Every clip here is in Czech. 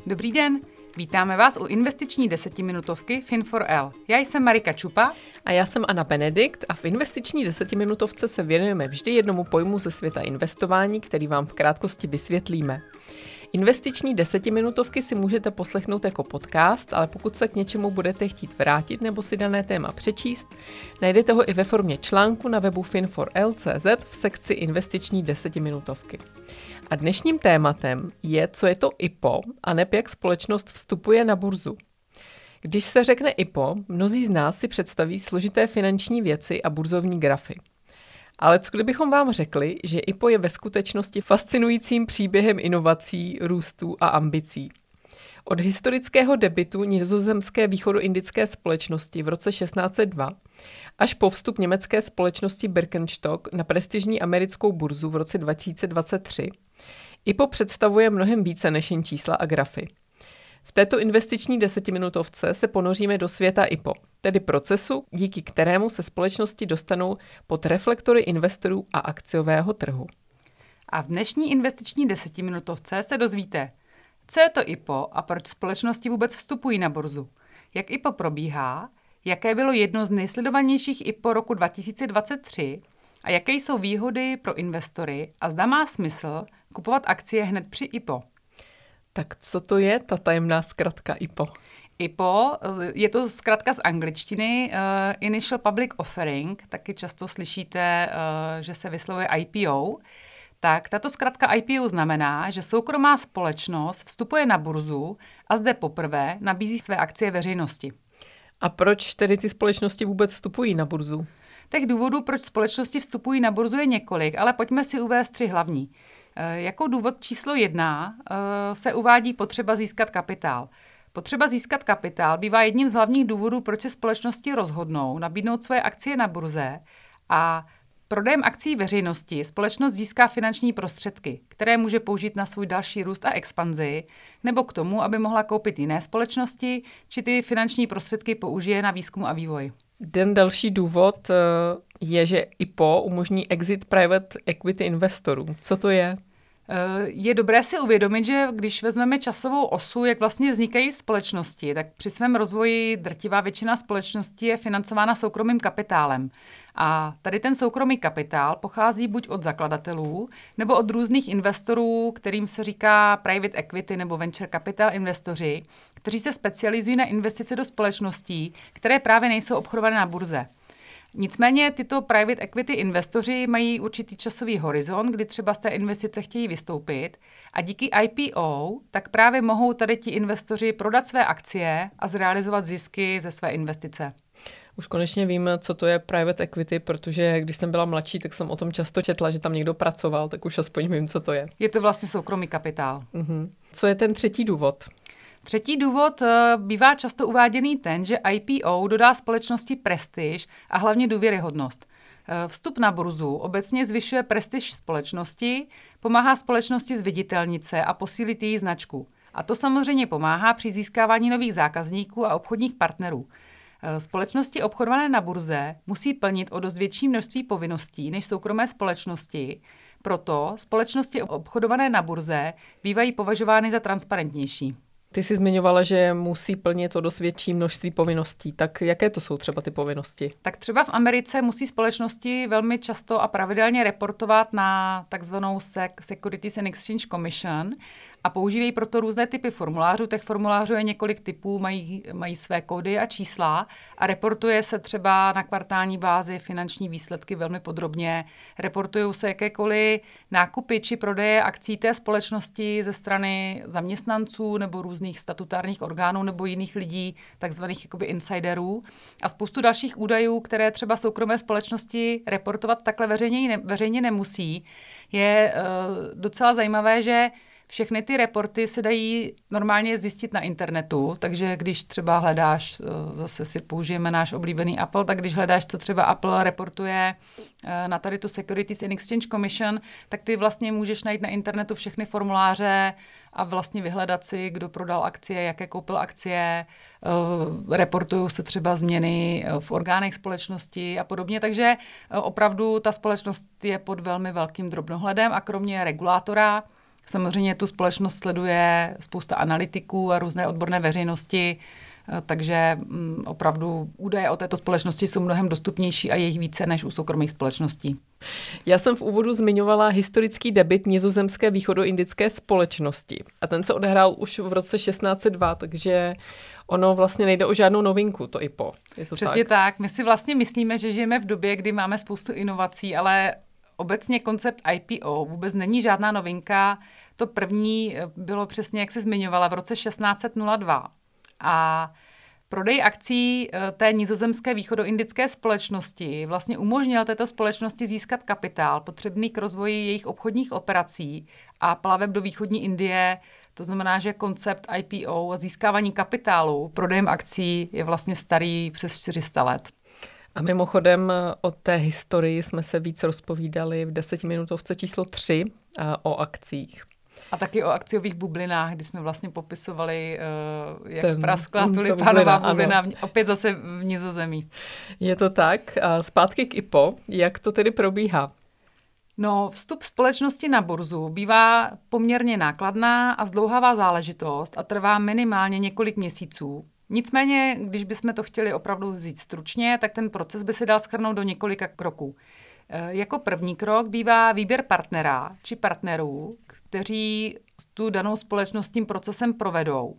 Dobrý den, vítáme vás u investiční desetiminutovky Fin4L. Já jsem Marika Čupa. A já jsem Anna Benedikt a v investiční desetiminutovce se věnujeme vždy jednomu pojmu ze světa investování, který vám v krátkosti vysvětlíme. Investiční desetiminutovky si můžete poslechnout jako podcast, ale pokud se k něčemu budete chtít vrátit nebo si dané téma přečíst, najdete ho i ve formě článku na webu fin4l.cz v sekci investiční desetiminutovky. A dnešním tématem je, co je to IPO a neb jak společnost vstupuje na burzu. Když se řekne IPO, mnozí z nás si představí složité finanční věci a burzovní grafy. Ale co kdybychom vám řekli, že IPO je ve skutečnosti fascinujícím příběhem inovací, růstu a ambicí. Od historického debutu nizozemské východoindické společnosti v roce 1602 až po vstup německé společnosti Birkenstock na prestižní americkou burzu v roce 2023, IPO představuje mnohem více než jen čísla a grafy. V této investiční desetiminutovce se ponoříme do světa IPO, tedy procesu, díky kterému se společnosti dostanou pod reflektory investorů a akciového trhu. A v dnešní investiční desetiminutovce se dozvíte, co je to IPO a proč společnosti vůbec vstupují na burzu, jak IPO probíhá, jaké bylo jedno z nejsledovanějších IPO roku 2023 a jaké jsou výhody pro investory a zda má smysl kupovat akcie hned při IPO. Tak co to je ta tajemná zkratka IPO? IPO, je to zkratka z angličtiny, Initial Public Offering, taky často slyšíte, že se vyslovuje IPO. Tak tato zkratka IPO znamená, že soukromá společnost vstupuje na burzu a zde poprvé nabízí své akcie veřejnosti. A proč tedy ty společnosti vůbec vstupují na burzu? Těch důvodů, proč společnosti vstupují na burzu, je několik, ale pojďme si uvést 3 hlavní. Jako důvod číslo 1 se uvádí potřeba získat kapitál. Potřeba získat kapitál bývá jedním z hlavních důvodů, proč se společnosti rozhodnou nabídnout svoje akcie na burze a prodejem akcí veřejnosti společnost získá finanční prostředky, které může použít na svůj další růst a expanzi, nebo k tomu, aby mohla koupit jiné společnosti, či ty finanční prostředky použije na výzkum a vývoj. Ten další důvod je, že IPO umožní exit private equity investorů. Co to je? Je dobré si uvědomit, že když vezmeme časovou osu, jak vlastně vznikají společnosti, tak při svém rozvoji drtivá většina společností je financována soukromým kapitálem. A tady ten soukromý kapitál pochází buď od zakladatelů, nebo od různých investorů, kterým se říká private equity nebo venture capital investoři, kteří se specializují na investice do společností, které právě nejsou obchodované na burze. Nicméně tyto private equity investoři mají určitý časový horizont, kdy třeba z té investice chtějí vystoupit a díky IPO tak právě mohou tady ti investoři prodat své akcie a zrealizovat zisky ze své investice. Už konečně vím, co to je private equity, protože když jsem byla mladší, tak jsem o tom často četla, že tam někdo pracoval, tak už aspoň vím, co to je. Je to vlastně soukromý kapitál. Co je ten třetí důvod? Třetí důvod bývá často uváděný ten, že IPO dodá společnosti prestiž a hlavně důvěryhodnost. Vstup na burzu obecně zvyšuje prestiž společnosti, pomáhá společnosti zviditelnit se a posílit její značku. A to samozřejmě pomáhá při získávání nových zákazníků a obchodních partnerů. Společnosti obchodované na burze musí plnit o dost větší množství povinností než soukromé společnosti, proto společnosti obchodované na burze bývají považovány za transparentnější. Ty jsi zmiňovala, že musí plnit o dost větší množství povinností. Tak jaké to jsou třeba ty povinnosti? Tak třeba v Americe musí společnosti velmi často a pravidelně reportovat na takzvanou Securities and Exchange Commission a používají proto různé typy formulářů. Těch formulářů je několik typů, mají své kódy a čísla a reportuje se třeba na kvartální bázi finanční výsledky velmi podrobně. Reportují se jakékoliv nákupy či prodeje akcí té společnosti ze strany zaměstnanců nebo různých statutárních orgánů nebo jiných lidí, takzvaných jakoby insiderů a spoustu dalších údajů, které třeba soukromé společnosti reportovat takhle veřejně nemusí. Je docela zajímavé, že všechny ty reporty se dají normálně zjistit na internetu, takže když třeba hledáš, zase si použijeme náš oblíbený Apple, tak když hledáš, co třeba Apple reportuje na tady tu Securities and Exchange Commission, tak ty vlastně můžeš najít na internetu všechny formuláře a vlastně vyhledat si, kdo prodal akcie, jaké koupil akcie, reportují se třeba změny v orgánech společnosti a podobně, takže opravdu ta společnost je pod velmi velkým drobnohledem a kromě regulátora Samozřejmě tu společnost sleduje spousta analytiků a různé odborné veřejnosti, takže opravdu údaje o této společnosti jsou mnohem dostupnější a je jich více než u soukromých společností. Já jsem v úvodu zmiňovala historický debut nizozemské východoindické společnosti a ten se odehrál už v roce 1602, takže ono vlastně nejde o žádnou novinku, to IPO. Je to Přesně tak. My si vlastně myslíme, že žijeme v době, kdy máme spoustu inovací, ale obecně koncept IPO vůbec není žádná novinka. To první bylo přesně, jak se zmiňovala, v roce 1602. A prodej akcí té nizozemské východoindické společnosti vlastně umožnil této společnosti získat kapitál potřebný k rozvoji jejich obchodních operací a plaveb do východní Indie. To znamená, že koncept IPO a získávání kapitálu prodejem akcí je vlastně starý přes 400 let. A mimochodem o té historii jsme se víc rozpovídali v 10minutovce číslo 3 o akcích. A taky o akciových bublinách, kdy jsme vlastně popisovali, jak praskla tulipánová bublina, opět zase v Nizozemí. Je to tak. A zpátky k IPO. Jak to tedy probíhá? No, vstup společnosti na burzu bývá poměrně nákladná a zdlouhavá záležitost a trvá minimálně několik měsíců. Nicméně, když bychom to chtěli opravdu vzít stručně, tak ten proces by se dal shrnout do několika kroků. Jako první krok bývá výběr partnera či partnerů, kteří tu danou společnost tím procesem provedou.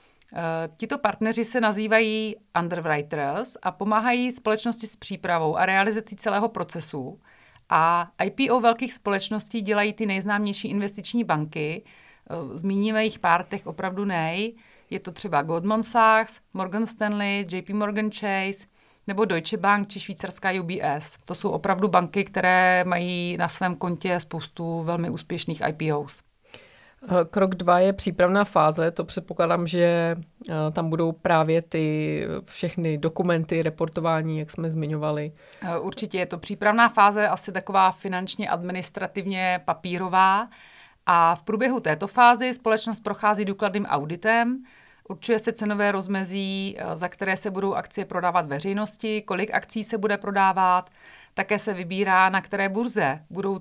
Tito partneři se nazývají underwriters a pomáhají společnosti s přípravou a realizací celého procesu. A IPO velkých společností dělají ty nejznámější investiční banky. Zmíníme jich pár, těch opravdu Je to třeba Goldman Sachs, Morgan Stanley, JP Morgan Chase nebo Deutsche Bank či švýcarská UBS. To jsou opravdu banky, které mají na svém kontě spoustu velmi úspěšných IPOs. Krok 2 je přípravná fáze. To předpokládám, že tam budou právě ty všechny dokumenty, reportování, jak jsme zmiňovali. Určitě je to přípravná fáze, asi taková finančně administrativně papírová. A v průběhu této fázy společnost prochází důkladným auditem, určuje se cenové rozmezí, za které se budou akcie prodávat veřejnosti, kolik akcí se bude prodávat, také se vybírá, na které burze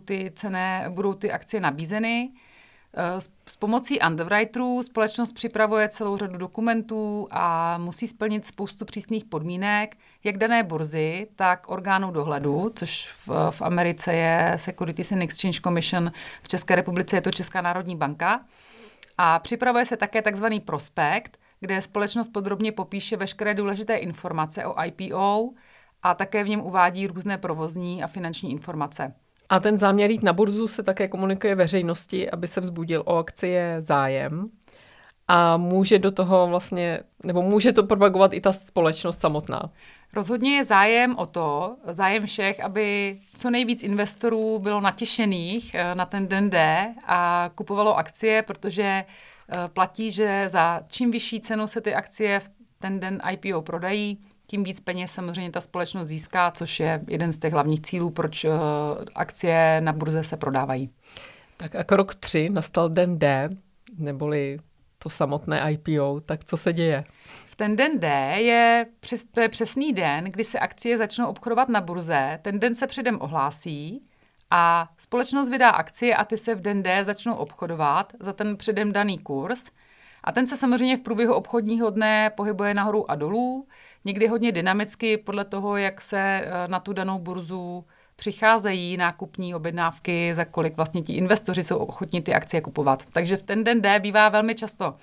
budou ty akcie nabízeny. S pomocí underwriterů společnost připravuje celou řadu dokumentů a musí splnit spoustu přísných podmínek, jak dané burzy, tak orgánů dohledu, což v Americe je Securities and Exchange Commission, v České republice je to Česká národní banka. A připravuje se také takzvaný prospekt, kde společnost podrobně popíše veškeré důležité informace o IPO a také v něm uvádí různé provozní a finanční informace. A ten záměr jít na burzu se také komunikuje veřejnosti, aby se vzbudil o akcie zájem. A může do toho vlastně, nebo může to propagovat i ta společnost samotná. Rozhodně je zájem všech, aby co nejvíc investorů bylo natěšených na ten den D a kupovalo akcie, protože platí, že za čím vyšší cenu se ty akcie v ten den IPO prodají, tím víc peněz samozřejmě ta společnost získá, což je jeden z těch hlavních cílů, proč akcie na burze se prodávají. Tak a krok 3, nastal den D, neboli to samotné IPO, tak co se děje? V ten den D to je přesný den, kdy se akcie začnou obchodovat na burze. Ten den se předem ohlásí a společnost vydá akcie a ty se v den D začnou obchodovat za ten předem daný kurz. A ten se samozřejmě v průběhu obchodního dne pohybuje nahoru a dolů, někdy hodně dynamicky podle toho, jak se na tu danou burzu přicházejí nákupní objednávky, za kolik vlastně ti investoři jsou ochotní ty akcie kupovat. Takže v ten den D bývá velmi často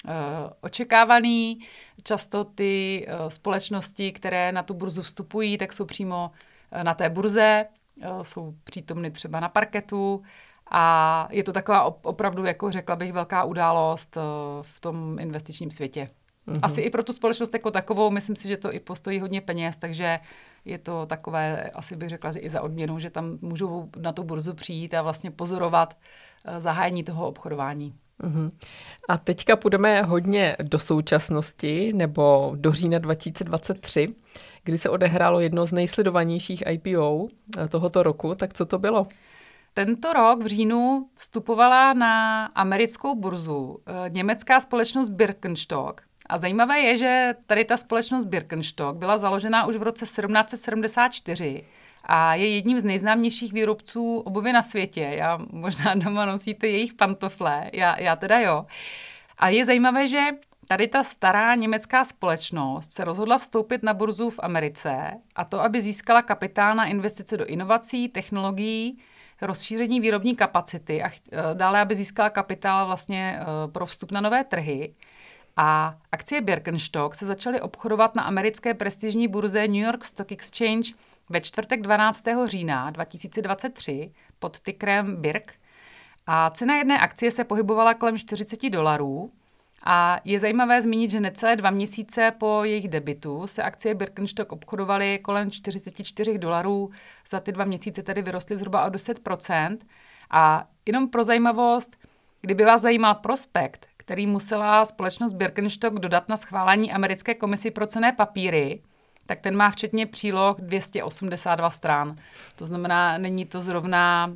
očekávaný. Často ty společnosti, které na tu burzu vstupují, tak jsou přímo na té burze, jsou přítomny třeba na parketu a je to taková opravdu, jako řekla bych, velká událost v tom investičním světě. Mm-hmm. Asi i pro tu společnost jako takovou, myslím si, že to i postojí hodně peněz, takže je to takové, asi bych řekla, že i za odměnu, že tam můžou na tu burzu přijít a vlastně pozorovat zahájení toho obchodování. Uhum. A teďka půjdeme hodně do současnosti nebo do října 2023, kdy se odehrálo jedno z nejsledovanějších IPO tohoto roku. Tak co to bylo? Tento rok v říjnu vstupovala na americkou burzu německá společnost Birkenstock. A zajímavé je, že tady ta společnost Birkenstock byla založena už v roce 1774 a je jedním z nejznámějších výrobců obuvy na světě. Já možná doma nosíte jejich pantofle, já teda jo. A je zajímavé, že tady ta stará německá společnost se rozhodla vstoupit na burzu v Americe a to, aby získala kapitál na investice do inovací, technologií, rozšíření výrobní kapacity a dále, aby získala kapitál vlastně pro vstup na nové trhy. A akcie Birkenstock se začaly obchodovat na americké prestižní burze New York Stock Exchange ve čtvrtek 12. října 2023 pod tickerem BIRK. A cena jedné akcie se pohybovala kolem $40. A je zajímavé zmínit, že necelé 2 měsíce po jejich debutu se akcie Birkenstock obchodovaly kolem $44. Za ty 2 měsíce tedy vyrostly zhruba o 10%. A jenom pro zajímavost, kdyby vás zajímal prospekt, který musela společnost Birkenstock dodat na schválení americké komisi pro cenné papíry, tak ten má včetně příloh 282 stran. To znamená, není to zrovna,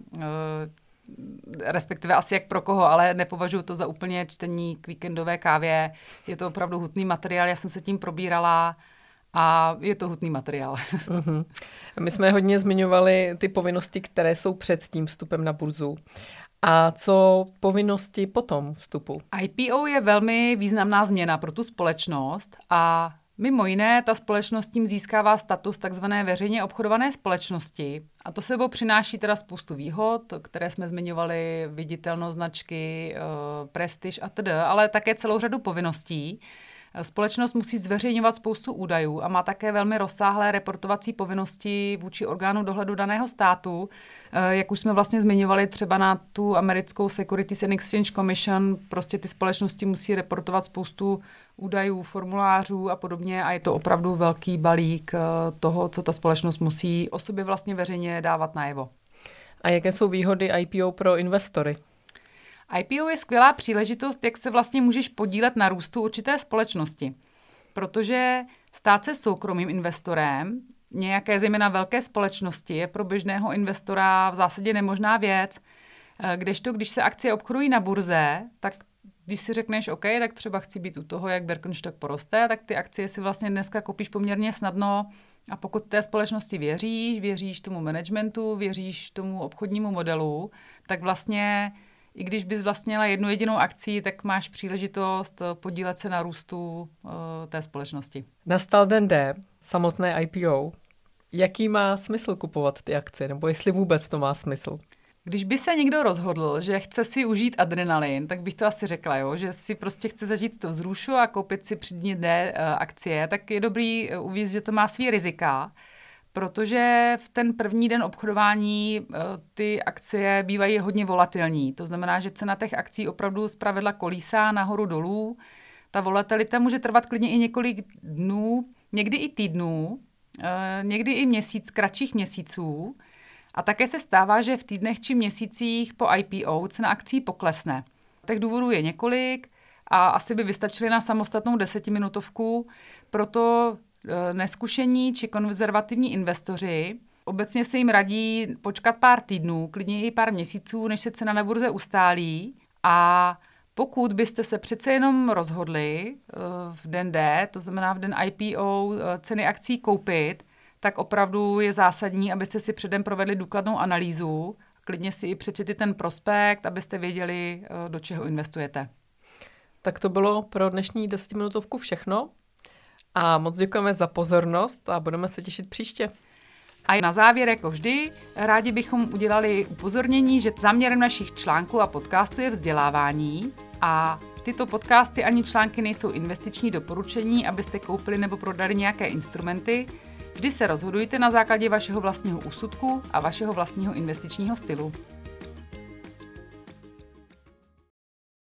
respektive asi jak pro koho, ale nepovažuji to za úplně čtení k víkendové kávě. Je to opravdu hutný materiál, já jsem se tím probírala a je to hutný materiál. Uh-huh. My jsme hodně zmiňovali ty povinnosti, které jsou před tím vstupem na burzu. A co povinnosti po tom vstupu? IPO je velmi významná změna pro tu společnost a mimo jiné ta společnost tím získává status takzvané veřejně obchodované společnosti a to sebou přináší teda spoustu výhod, které jsme zmiňovali, viditelnost značky, prestiž a td., ale také celou řadu povinností. Společnost musí zveřejňovat spoustu údajů a má také velmi rozsáhlé reportovací povinnosti vůči orgánu dohledu daného státu. Jak už jsme vlastně zmiňovali třeba na tu americkou Securities and Exchange Commission, prostě ty společnosti musí reportovat spoustu údajů, formulářů a podobně a je to opravdu velký balík toho, co ta společnost musí o sobě vlastně veřejně dávat najevo. A jaké jsou výhody IPO pro investory? IPO je skvělá příležitost, jak se vlastně můžeš podílet na růstu určité společnosti. Protože stát se soukromým investorem, nějaké zejména velké společnosti, je pro běžného investora v zásadě nemožná věc. Kdežto, když se akcie obchodují na burze, tak když si řekneš, OK, tak třeba chci být u toho, jak Birkenstock poroste, tak ty akcie si vlastně dneska koupíš poměrně snadno a pokud té společnosti věříš tomu managementu, věříš tomu obchodnímu modelu, tak vlastně i když bys vlastnila jednu jedinou akci, tak máš příležitost podílet se na růstu té společnosti. Nastal den D, samotné IPO. Jaký má smysl kupovat ty akcie, nebo jestli vůbec to má smysl? Když by se někdo rozhodl, že chce si užít adrenalin, tak bych to asi řekla, jo? Že si prostě chce zažít to vzrušu a koupit si při dni D akcie, tak je dobrý uvíct, že to má svý rizika, protože v ten první den obchodování ty akcie bývají hodně volatilní. To znamená, že cena těch akcí opravdu zpravidla kolísá nahoru dolů. Ta volatilita může trvat klidně i několik dnů, někdy i týdnů, někdy i kratších měsíců. A také se stává, že v týdnech či měsících po IPO cena akcí poklesne. Těch důvodů je několik a asi by vystačily na samostatnou 10minutovku, proto neskušení či konzervativní investoři obecně se jim radí počkat pár týdnů, klidně i pár měsíců, než se cena na burze ustálí. A pokud byste se přece jenom rozhodli v den D, to znamená v den IPO, ceny akcí koupit, tak opravdu je zásadní, abyste si předem provedli důkladnou analýzu, klidně si i přečetli ten prospekt, abyste věděli, do čeho investujete. Tak to bylo pro dnešní 10minutovku všechno. A moc děkujeme za pozornost a budeme se těšit příště. A na závěr, jako vždy, rádi bychom udělali upozornění, že záměrem našich článků a podcastů je vzdělávání a tyto podcasty ani články nejsou investiční doporučení, abyste koupili nebo prodali nějaké instrumenty. Vždy se rozhodujte na základě vašeho vlastního úsudku a vašeho vlastního investičního stylu.